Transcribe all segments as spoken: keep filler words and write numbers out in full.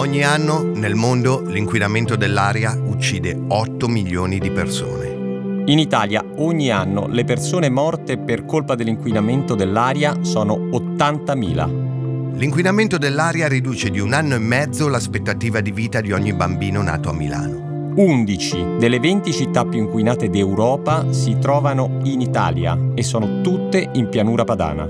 Ogni anno nel mondo l'inquinamento dell'aria uccide otto milioni di persone. In Italia ogni anno le persone morte per colpa dell'inquinamento dell'aria sono ottantamila. L'inquinamento dell'aria riduce di un anno e mezzo l'aspettativa di vita di ogni bambino nato a Milano. undici delle venti città più inquinate d'Europa si trovano in Italia e sono tutte in pianura padana.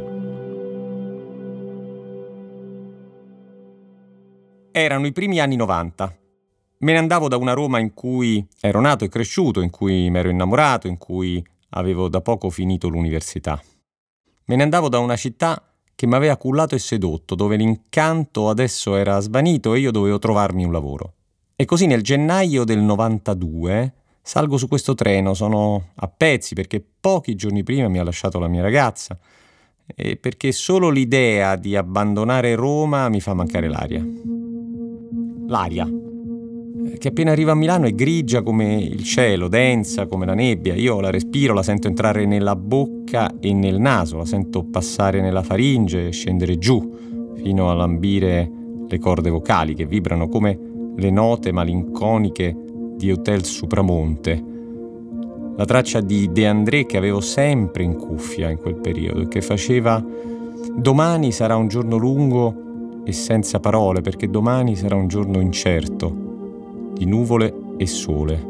Erano i primi anni novanta. Me ne andavo da una Roma in cui ero nato e cresciuto, in cui mi ero innamorato, in cui avevo da poco finito l'università. Me ne andavo da una città che mi aveva cullato e sedotto, dove l'incanto adesso era svanito e io dovevo trovarmi un lavoro. E così nel gennaio del novantadue salgo su questo treno, sono a pezzi perché pochi giorni prima mi ha lasciato la mia ragazza e perché solo l'idea di abbandonare Roma mi fa mancare l'aria. L'aria, che appena arriva a Milano è grigia come il cielo, densa come la nebbia. Io la respiro, la sento entrare nella bocca e nel naso, la sento passare nella faringe e scendere giù fino a lambire le corde vocali che vibrano come le note malinconiche di Hotel Supramonte. La traccia di De André che avevo sempre in cuffia in quel periodo e che faceva «Domani sarà un giorno lungo e senza parole, perché domani sarà un giorno incerto, di nuvole e sole».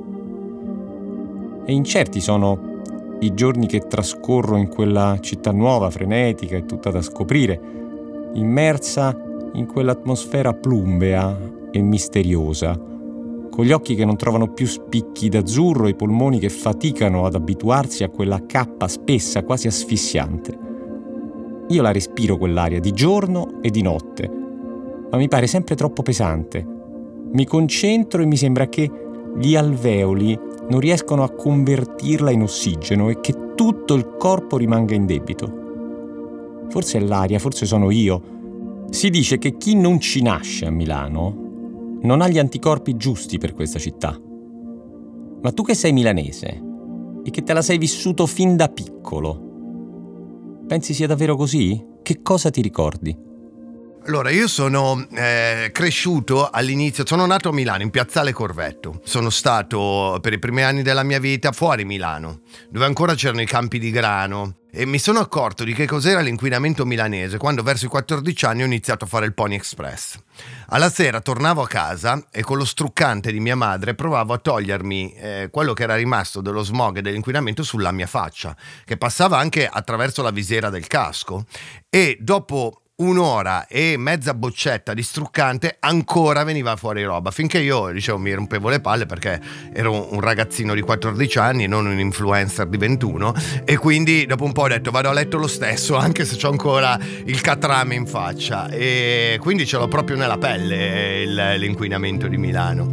E incerti sono i giorni che trascorro in quella città nuova, frenetica e tutta da scoprire, immersa in quell'atmosfera plumbea e misteriosa, con gli occhi che non trovano più spicchi d'azzurro e i polmoni che faticano ad abituarsi a quella cappa spessa, quasi asfissiante. Io la respiro quell'aria di giorno e di notte, ma mi pare sempre troppo pesante. Mi concentro e mi sembra che gli alveoli non riescono a convertirla in ossigeno e che tutto il corpo rimanga in debito. Forse è l'aria, forse sono io. Si dice che chi non ci nasce a Milano non ha gli anticorpi giusti per questa città. Ma tu che sei milanese e che te la sei vissuto fin da piccolo, pensi sia davvero così? Che cosa ti ricordi? Allora, io sono eh, cresciuto all'inizio, sono nato a Milano, in Piazzale Corvetto. Sono stato per i primi anni della mia vita fuori Milano, dove ancora c'erano i campi di grano. E mi sono accorto di che cos'era l'inquinamento milanese quando verso i quattordici anni ho iniziato a fare il Pony Express. Alla sera tornavo a casa e con lo struccante di mia madre provavo a togliermi eh, quello che era rimasto dello smog e dell'inquinamento sulla mia faccia, che passava anche attraverso la visiera del casco. E dopo un'ora e mezza boccetta di struccante ancora veniva fuori roba, finché io, dicevo, mi rompevo le palle perché ero un ragazzino di quattordici anni e non un influencer di ventuno, e quindi dopo un po' ho detto vado a letto lo stesso anche se c'ho ancora il catrame in faccia, e quindi ce l'ho proprio nella pelle il, l'inquinamento di Milano.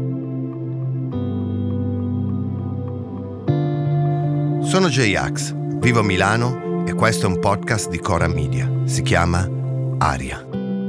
Sono J-Ax, vivo a Milano e questo è un podcast di Cora Media. Si chiama Aria.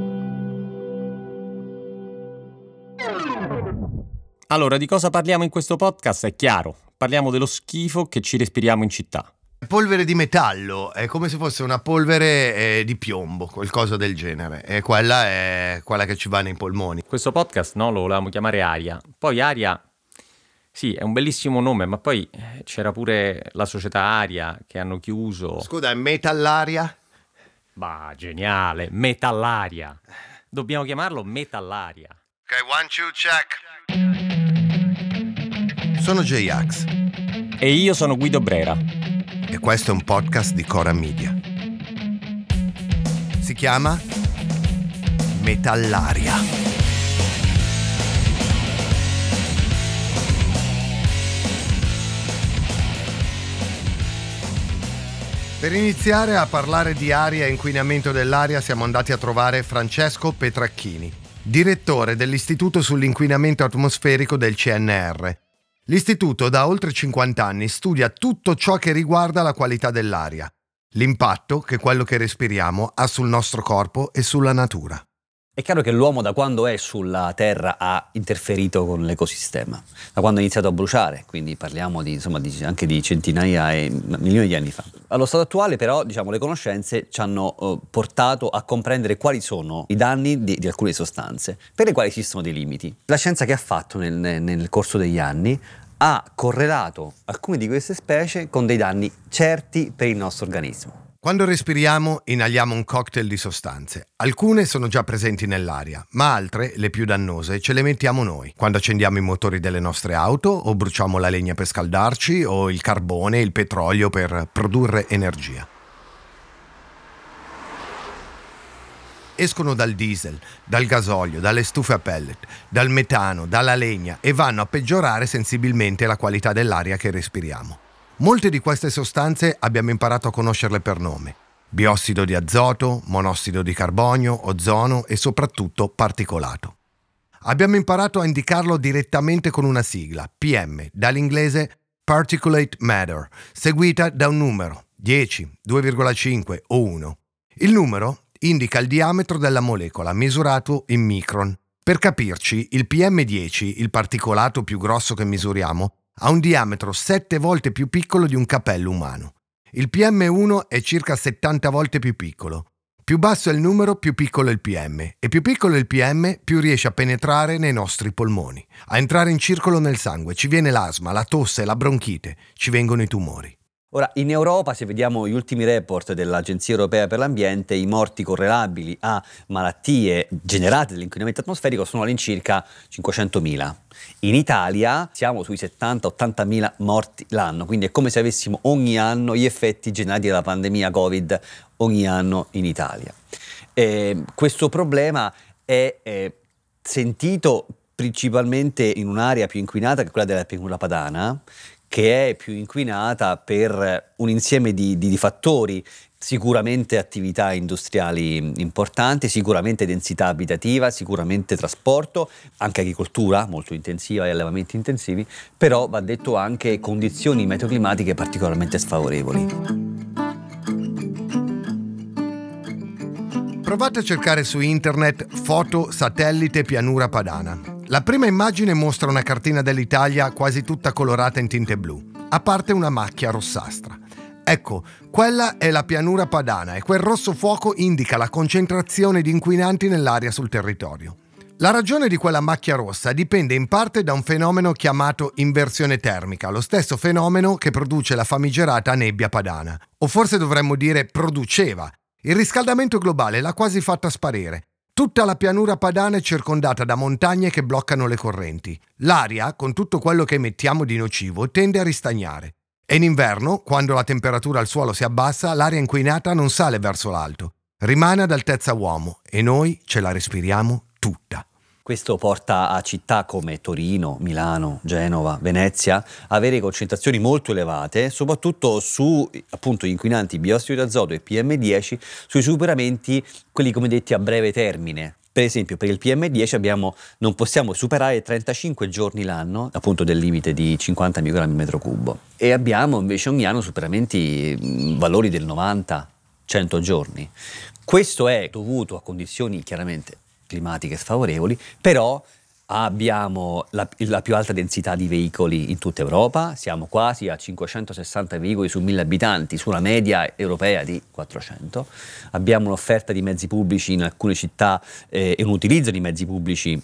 Allora, di cosa parliamo in questo podcast è chiaro. Parliamo dello schifo che ci respiriamo in città. Polvere di metallo, è come se fosse una polvere eh, di piombo, qualcosa del genere. E quella è quella che ci va nei polmoni. Questo podcast, no, lo volevamo chiamare Aria. Poi Aria, sì, è un bellissimo nome, ma poi c'era pure la società Aria che hanno chiuso. Scusa, è Metallaria? Bah, geniale, Metallaria. Dobbiamo chiamarlo Metallaria. Ok, one, two, check. Sono J-Ax. E io sono Guido Brera. E questo è un podcast di Cora Media. Si chiama Metallaria. Per iniziare a parlare di aria e inquinamento dell'aria siamo andati a trovare Francesco Petracchini, direttore dell'Istituto sull'inquinamento atmosferico del C N R. L'Istituto da oltre cinquanta anni studia tutto ciò che riguarda la qualità dell'aria, l'impatto che quello che respiriamo ha sul nostro corpo e sulla natura. È chiaro che l'uomo da quando è sulla Terra ha interferito con l'ecosistema, da quando ha iniziato a bruciare, quindi parliamo di, insomma, di, anche di centinaia e milioni di anni fa. Allo stato attuale però, diciamo, le conoscenze ci hanno eh, portato a comprendere quali sono i danni di, di alcune sostanze, per le quali esistono dei limiti. La scienza che ha fatto nel, nel corso degli anni ha correlato alcune di queste specie con dei danni certi per il nostro organismo. Quando respiriamo, inaliamo un cocktail di sostanze. Alcune sono già presenti nell'aria, ma altre, le più dannose, ce le mettiamo noi. Quando accendiamo i motori delle nostre auto, o bruciamo la legna per scaldarci, o il carbone, il petrolio per produrre energia. Escono dal diesel, dal gasolio, dalle stufe a pellet, dal metano, dalla legna e vanno a peggiorare sensibilmente la qualità dell'aria che respiriamo. Molte di queste sostanze abbiamo imparato a conoscerle per nome: biossido di azoto, monossido di carbonio, ozono e soprattutto particolato. Abbiamo imparato a indicarlo direttamente con una sigla, P M, dall'inglese Particulate Matter, seguita da un numero, dieci, due virgola cinque o uno. Il numero indica il diametro della molecola misurato in micron. Per capirci, il P M dieci, il particolato più grosso che misuriamo, ha un diametro sette volte più piccolo di un capello umano. Il P M uno è circa settanta volte più piccolo. Più basso è il numero, più piccolo è il P M. E più piccolo è il P M, più riesce a penetrare nei nostri polmoni, a entrare in circolo nel sangue. Ci viene l'asma, la tosse, la bronchite, ci vengono i tumori. Ora, in Europa, se vediamo gli ultimi report dell'Agenzia Europea per l'Ambiente, i morti correlabili a malattie generate dall'inquinamento atmosferico sono all'incirca cinquecentomila. In Italia siamo sui settanta ottantamila morti l'anno, quindi è come se avessimo ogni anno gli effetti generati dalla pandemia Covid ogni anno in Italia. E questo problema è, è sentito principalmente in un'area più inquinata che quella della pianura padana, che è più inquinata per un insieme di, di, di fattori, sicuramente attività industriali importanti, sicuramente densità abitativa, sicuramente trasporto, anche agricoltura molto intensiva e allevamenti intensivi, però va detto anche condizioni meteoclimatiche particolarmente sfavorevoli. Provate a cercare su internet foto satellite pianura padana. La prima immagine mostra una cartina dell'Italia quasi tutta colorata in tinte blu, a parte una macchia rossastra. Ecco, quella è la pianura padana e quel rosso fuoco indica la concentrazione di inquinanti nell'aria sul territorio. La ragione di quella macchia rossa dipende in parte da un fenomeno chiamato inversione termica, lo stesso fenomeno che produce la famigerata nebbia padana. O forse dovremmo dire produceva. Il riscaldamento globale l'ha quasi fatta sparire. Tutta la pianura padana è circondata da montagne che bloccano le correnti. L'aria, con tutto quello che emettiamo di nocivo, tende a ristagnare. E in inverno, quando la temperatura al suolo si abbassa, l'aria inquinata non sale verso l'alto. Rimane ad altezza uomo e noi ce la respiriamo tutta. Questo porta a città come Torino, Milano, Genova, Venezia a avere concentrazioni molto elevate, soprattutto su appunto gli inquinanti biossido di azoto e P M dieci, sui superamenti, quelli come detti a breve termine. Per esempio per il P M dieci abbiamo, non possiamo superare trentacinque giorni l'anno, appunto del limite di cinquanta microgrammi metro cubo, e abbiamo invece ogni anno superamenti mh, valori del novanta cento giorni. Questo è dovuto a condizioni chiaramente climatiche sfavorevoli, però abbiamo la, la più alta densità di veicoli in tutta Europa, siamo quasi a cinquecentosessanta veicoli su mille abitanti, su una media europea di quattrocento. Abbiamo un'offerta di mezzi pubblici in alcune città eh, e un utilizzo di mezzi pubblici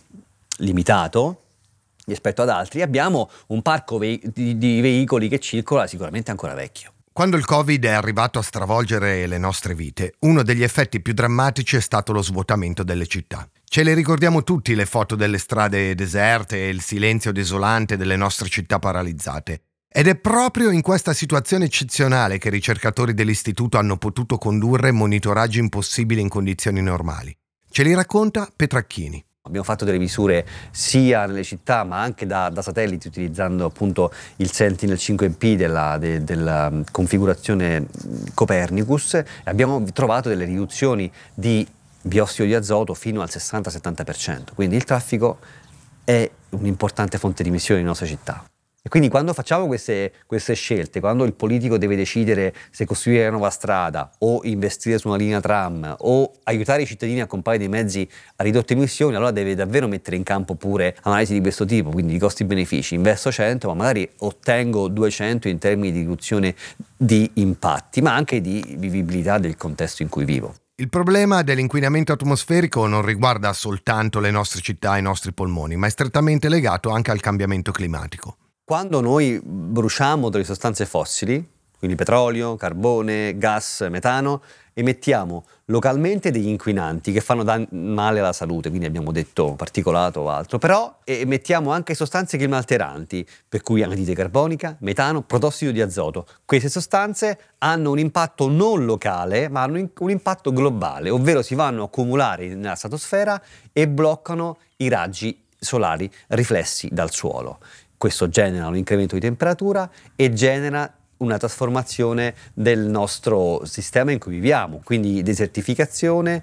limitato rispetto ad altri. Abbiamo un parco ve- di, di veicoli che circola sicuramente ancora vecchio. Quando il Covid è arrivato a stravolgere le nostre vite, uno degli effetti più drammatici è stato lo svuotamento delle città. Ce le ricordiamo tutti le foto delle strade deserte e il silenzio desolante delle nostre città paralizzate. Ed è proprio in questa situazione eccezionale che i ricercatori dell'istituto hanno potuto condurre monitoraggi impossibili in condizioni normali. Ce li racconta Petracchini. Abbiamo fatto delle misure sia nelle città ma anche da, da satelliti utilizzando appunto il Sentinel cinque P della, de, della configurazione Copernicus e abbiamo trovato delle riduzioni di biossido di azoto fino al sessanta settanta per cento, quindi il traffico è un'importante fonte di emissioni nelle nostre città. E quindi quando facciamo queste, queste scelte, quando il politico deve decidere se costruire una nuova strada o investire su una linea tram o aiutare i cittadini a comprare dei mezzi a ridotte emissioni, allora deve davvero mettere in campo pure analisi di questo tipo, quindi di costi-benefici. Investo cento ma magari ottengo duecento in termini di riduzione di impatti, ma anche di vivibilità del contesto in cui vivo. Il problema dell'inquinamento atmosferico non riguarda soltanto le nostre città e i nostri polmoni, ma è strettamente legato anche al cambiamento climatico. Quando noi bruciamo delle sostanze fossili, quindi petrolio, carbone, gas, metano, emettiamo localmente degli inquinanti che fanno dan- male alla salute, quindi abbiamo detto particolato o altro, però emettiamo anche sostanze climalteranti, per cui anidride carbonica, metano, protossido di azoto. Queste sostanze hanno un impatto non locale, ma hanno un impatto globale, ovvero si vanno a accumulare nella stratosfera e bloccano i raggi solari riflessi dal suolo. Questo genera un incremento di temperatura e genera una trasformazione del nostro sistema in cui viviamo, quindi desertificazione,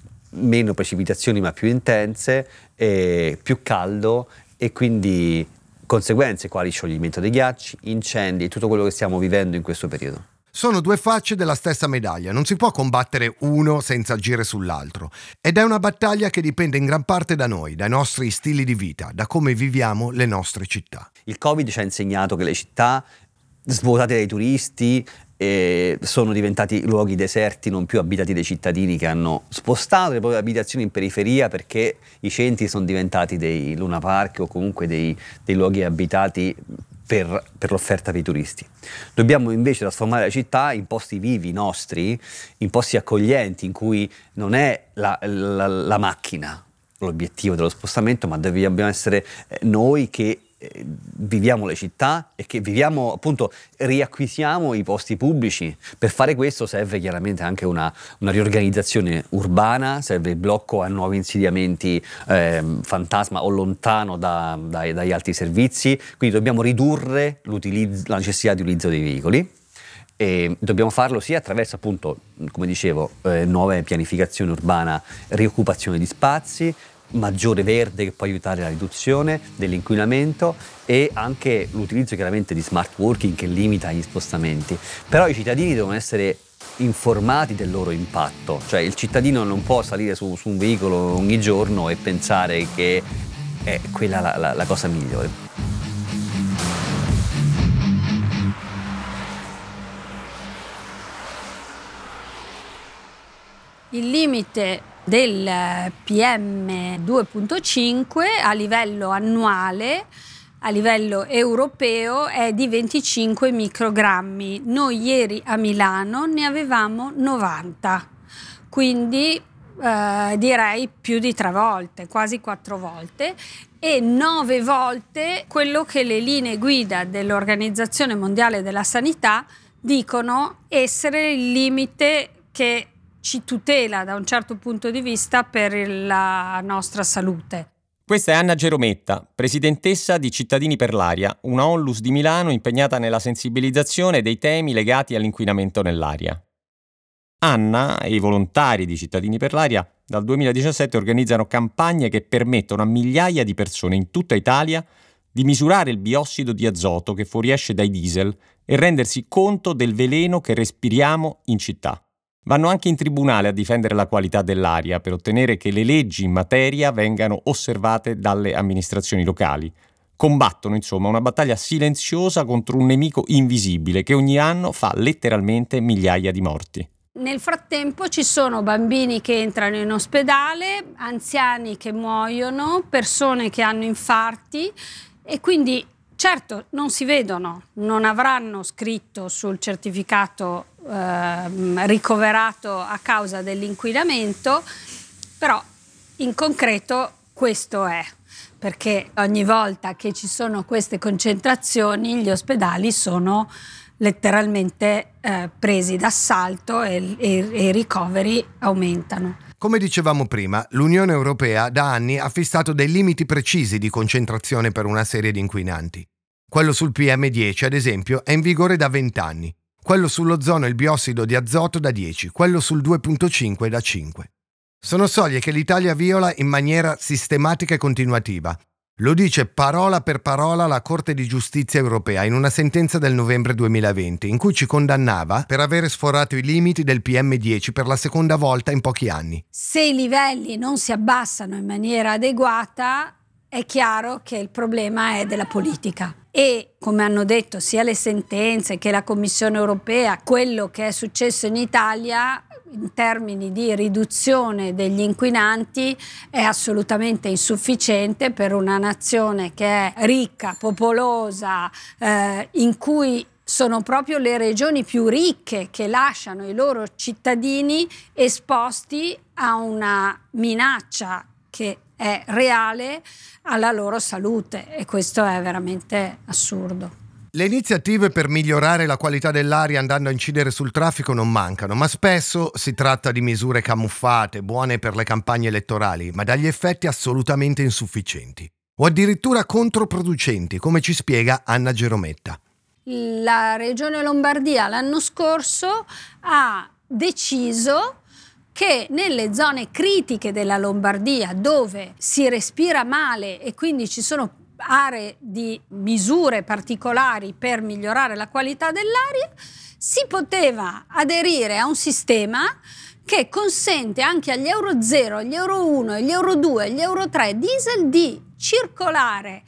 meno precipitazioni ma più intense, eh, più caldo e quindi conseguenze quali scioglimento dei ghiacci, incendi e tutto quello che stiamo vivendo in questo periodo. Sono due facce della stessa medaglia, non si può combattere uno senza agire sull'altro. Ed è una battaglia che dipende in gran parte da noi, dai nostri stili di vita, da come viviamo le nostre città. Il Covid ci ha insegnato che le città svuotate dai turisti eh, sono diventati luoghi deserti, non più abitati dai cittadini che hanno spostato le proprie abitazioni in periferia perché i centri sono diventati dei Luna Park o comunque dei, dei luoghi abitati per, per l'offerta dei turisti. Dobbiamo invece trasformare la città in posti vivi nostri, in posti accoglienti in cui non è la, la, la macchina l'obiettivo dello spostamento, ma dobbiamo essere noi che viviamo le città e che viviamo, appunto, riacquisiamo i posti pubblici. Per fare questo serve chiaramente anche una, una riorganizzazione urbana, serve il blocco a nuovi insediamenti eh, fantasma o lontano da, dai, dagli altri servizi, quindi dobbiamo ridurre la necessità di utilizzo dei veicoli. E dobbiamo farlo sia attraverso, appunto, come dicevo, eh, nuove pianificazioni urbana, rioccupazione di spazi, maggiore verde che può aiutare la riduzione dell'inquinamento e anche l'utilizzo chiaramente di smart working che limita gli spostamenti. Però i cittadini devono essere informati del loro impatto, cioè il cittadino non può salire su, su un veicolo ogni giorno e pensare che è quella la, la, la cosa migliore. Il limite del P M due virgola cinque a livello annuale, a livello europeo, è di venticinque microgrammi. Noi ieri a Milano ne avevamo novanta, quindi eh, direi più di tre volte, quasi quattro volte, e nove volte quello che le linee guida dell'Organizzazione Mondiale della Sanità dicono essere il limite che ci tutela da un certo punto di vista per la nostra salute. Questa è Anna Gerometta, presidentessa di Cittadini per l'Aria, una onlus di Milano impegnata nella sensibilizzazione dei temi legati all'inquinamento nell'aria. Anna e i volontari di Cittadini per l'Aria dal duemiladiciassette organizzano campagne che permettono a migliaia di persone in tutta Italia di misurare il biossido di azoto che fuoriesce dai diesel e rendersi conto del veleno che respiriamo in città. Vanno anche in tribunale a difendere la qualità dell'aria per ottenere che le leggi in materia vengano osservate dalle amministrazioni locali. Combattono, insomma, una battaglia silenziosa contro un nemico invisibile che ogni anno fa letteralmente migliaia di morti. Nel frattempo ci sono bambini che entrano in ospedale, anziani che muoiono, persone che hanno infarti e quindi certo non si vedono, non avranno scritto sul certificato eh, ricoverato a causa dell'inquinamento, però in concreto questo è, perché ogni volta che ci sono queste concentrazioni gli ospedali sono letteralmente eh, presi d'assalto e, e, e i ricoveri aumentano. Come dicevamo prima, l'Unione Europea da anni ha fissato dei limiti precisi di concentrazione per una serie di inquinanti. Quello sul P M dieci, ad esempio, è in vigore da venti anni. Quello sull'ozono e il biossido di azoto da dieci, quello sul due virgola cinque da cinque. Sono soglie che l'Italia viola in maniera sistematica e continuativa. Lo dice parola per parola la Corte di Giustizia europea in una sentenza del novembre duemilaventi, in cui ci condannava per aver sforato i limiti del P M dieci per la seconda volta in pochi anni. Se i livelli non si abbassano in maniera adeguata, è chiaro che il problema è della politica. E, come hanno detto sia le sentenze che la Commissione europea, quello che è successo in Italia in termini di riduzione degli inquinanti è assolutamente insufficiente per una nazione che è ricca, popolosa, eh, in cui sono proprio le regioni più ricche che lasciano i loro cittadini esposti a una minaccia che è reale alla loro salute, e questo è veramente assurdo. Le iniziative per migliorare la qualità dell'aria andando a incidere sul traffico non mancano, ma spesso si tratta di misure camuffate, buone per le campagne elettorali, ma dagli effetti assolutamente insufficienti o addirittura controproducenti, come ci spiega Anna Gerometta. La Regione Lombardia l'anno scorso ha deciso che nelle zone critiche della Lombardia, dove si respira male e quindi ci sono aree di misure particolari per migliorare la qualità dell'aria, si poteva aderire a un sistema che consente anche agli euro zero, agli euro uno, agli euro due, agli euro tre diesel di circolare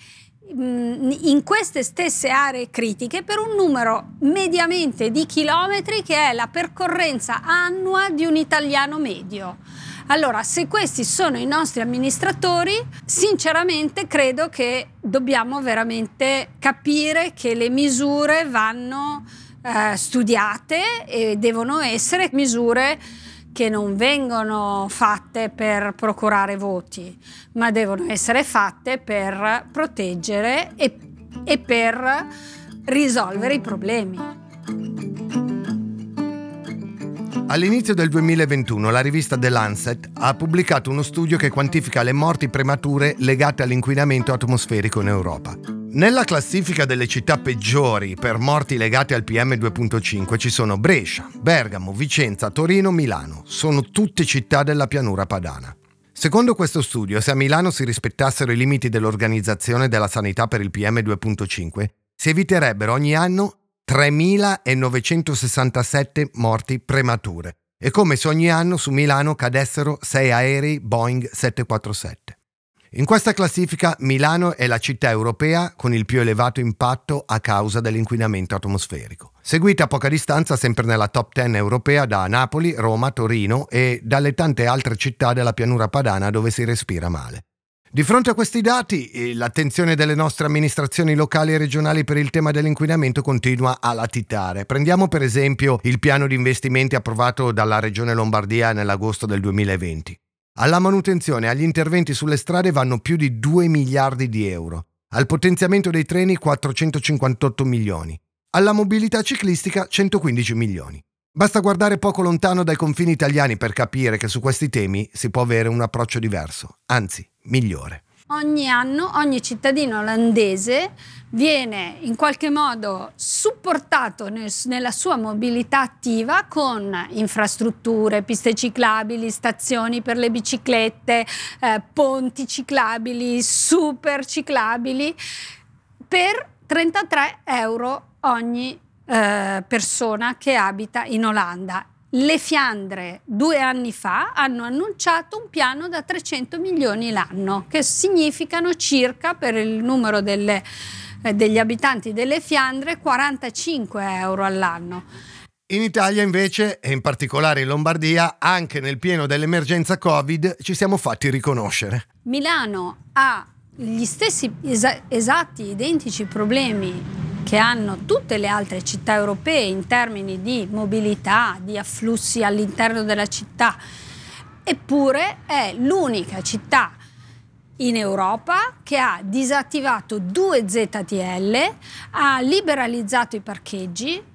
in queste stesse aree critiche per un numero mediamente di chilometri che è la percorrenza annua di un italiano medio. Allora, se questi sono i nostri amministratori, sinceramente credo che dobbiamo veramente capire che le misure vanno eh, studiate e devono essere misure che non vengono fatte per procurare voti, ma devono essere fatte per proteggere e, e per risolvere i problemi. All'inizio del duemilaventuno la rivista The Lancet ha pubblicato uno studio che quantifica le morti premature legate all'inquinamento atmosferico in Europa. Nella classifica delle città peggiori per morti legate al P M due virgola cinque ci sono Brescia, Bergamo, Vicenza, Torino, Milano. Sono tutte città della pianura padana. Secondo questo studio, se a Milano si rispettassero i limiti dell'Organizzazione della Sanità per il P M due virgola cinque, si eviterebbero ogni anno tremilanovecentosessantasette morti premature. È come se ogni anno su Milano cadessero sei aerei Boeing sette quattro sette. In questa classifica Milano è la città europea con il più elevato impatto a causa dell'inquinamento atmosferico, seguita a poca distanza sempre nella top dieci europea da Napoli, Roma, Torino e dalle tante altre città della pianura padana dove si respira male. Di fronte a questi dati, l'attenzione delle nostre amministrazioni locali e regionali per il tema dell'inquinamento continua a latitare. Prendiamo per esempio il piano di investimenti approvato dalla Regione Lombardia nell'agosto del duemilaventi. Alla manutenzione e agli interventi sulle strade vanno più di due miliardi di euro, al potenziamento dei treni quattrocentocinquantotto milioni, alla mobilità ciclistica centoquindici milioni. Basta guardare poco lontano dai confini italiani per capire che su questi temi si può avere un approccio diverso, anzi migliore. Ogni anno ogni cittadino olandese viene in qualche modo supportato nel, nella sua mobilità attiva con infrastrutture, piste ciclabili, stazioni per le biciclette, eh, ponti ciclabili, super ciclabili, per trentatré euro ogni eh, persona che abita in Olanda. Le Fiandre due anni fa hanno annunciato un piano da trecento milioni l'anno, che significano circa, per il numero delle, eh, degli abitanti delle Fiandre, quarantacinque euro all'anno. In Italia invece, e in particolare in Lombardia, anche nel pieno dell'emergenza Covid ci siamo fatti riconoscere. Milano ha gli stessi esa- esatti, identici problemi che hanno tutte le altre città europee in termini di mobilità, di afflussi all'interno della città, eppure è l'unica città in Europa che ha disattivato due Z T L, ha liberalizzato i parcheggi,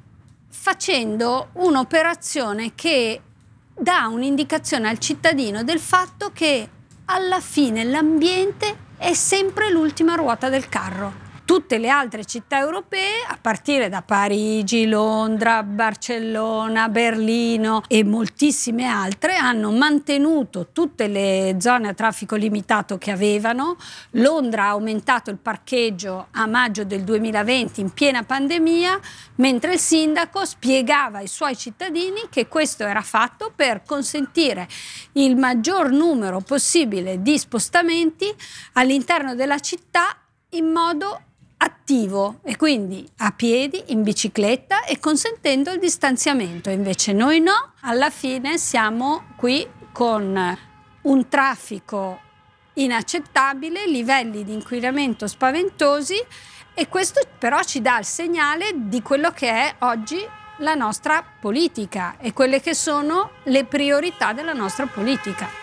facendo un'operazione che dà un'indicazione al cittadino del fatto che alla fine l'ambiente è sempre l'ultima ruota del carro. Tutte le altre città europee, a partire da Parigi, Londra, Barcellona, Berlino e moltissime altre, hanno mantenuto tutte le zone a traffico limitato che avevano. Londra ha aumentato il parcheggio a maggio del duemilaventi in piena pandemia, mentre il sindaco spiegava ai suoi cittadini che questo era fatto per consentire il maggior numero possibile di spostamenti all'interno della città in modo attivo, e quindi a piedi, in bicicletta, e consentendo il distanziamento. Invece noi no, alla fine siamo qui con un traffico inaccettabile, livelli di inquinamento spaventosi, e questo però ci dà il segnale di quello che è oggi la nostra politica e quelle che sono le priorità della nostra politica.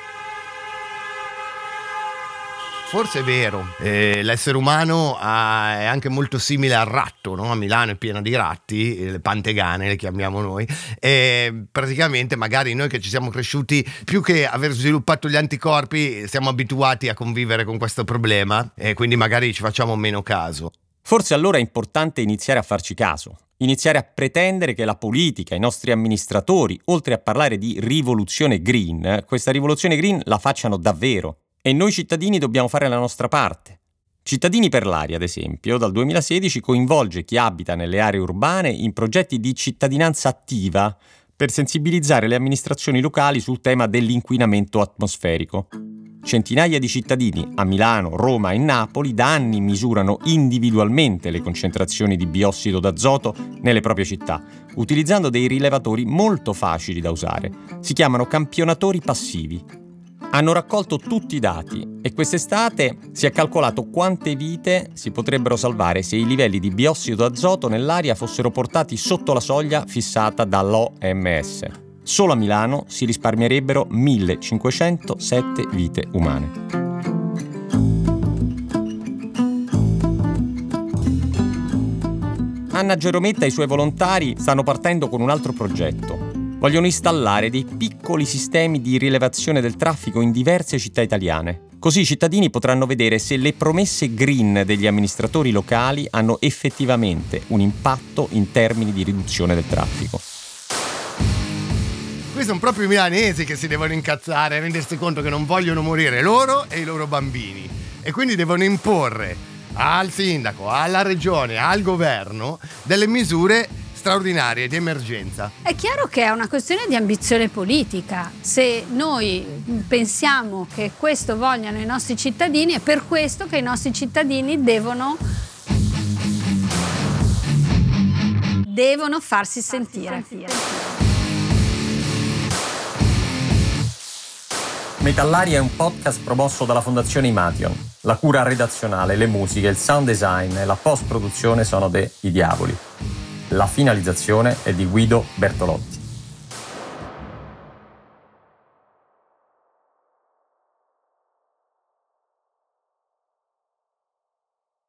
Forse è vero, eh, l'essere umano ha, è anche molto simile al ratto, no? A Milano è piena di ratti, le pantegane le chiamiamo noi, e praticamente magari noi che ci siamo cresciuti, più che aver sviluppato gli anticorpi, siamo abituati a convivere con questo problema e quindi magari ci facciamo meno caso. Forse allora è importante iniziare a farci caso, iniziare a pretendere che la politica, i nostri amministratori, oltre a parlare di rivoluzione green, questa rivoluzione green la facciano davvero. E noi cittadini dobbiamo fare la nostra parte. Cittadini per l'Aria, ad esempio, dal duemilasedici coinvolge chi abita nelle aree urbane in progetti di cittadinanza attiva per sensibilizzare le amministrazioni locali sul tema dell'inquinamento atmosferico. Centinaia di cittadini a Milano, Roma e Napoli da anni misurano individualmente le concentrazioni di biossido d'azoto nelle proprie città, utilizzando dei rilevatori molto facili da usare. Si chiamano campionatori passivi. Hanno raccolto tutti i dati e quest'estate si è calcolato quante vite si potrebbero salvare se i livelli di biossido d'azoto nell'aria fossero portati sotto la soglia fissata dall'O M S. Solo a Milano si risparmierebbero millecinquecentosette vite umane. Anna Gerometta e i suoi volontari stanno partendo con un altro progetto. Vogliono installare dei piccoli sistemi di rilevazione del traffico in diverse città italiane. Così i cittadini potranno vedere se le promesse green degli amministratori locali hanno effettivamente un impatto in termini di riduzione del traffico. Qui sono proprio i milanesi che si devono incazzare e rendersi conto che non vogliono morire loro e i loro bambini. E quindi devono imporre al sindaco, alla regione, al governo delle misure straordinarie di emergenza. È chiaro che è una questione di ambizione politica. Se noi pensiamo che questo vogliano i nostri cittadini, è per questo che i nostri cittadini devono devono farsi sentire. Metallaria è un podcast promosso dalla Fondazione Imation. La cura redazionale, le musiche, il sound design e la post-produzione sono de I Diavoli. La finalizzazione è di Guido Bertolotti.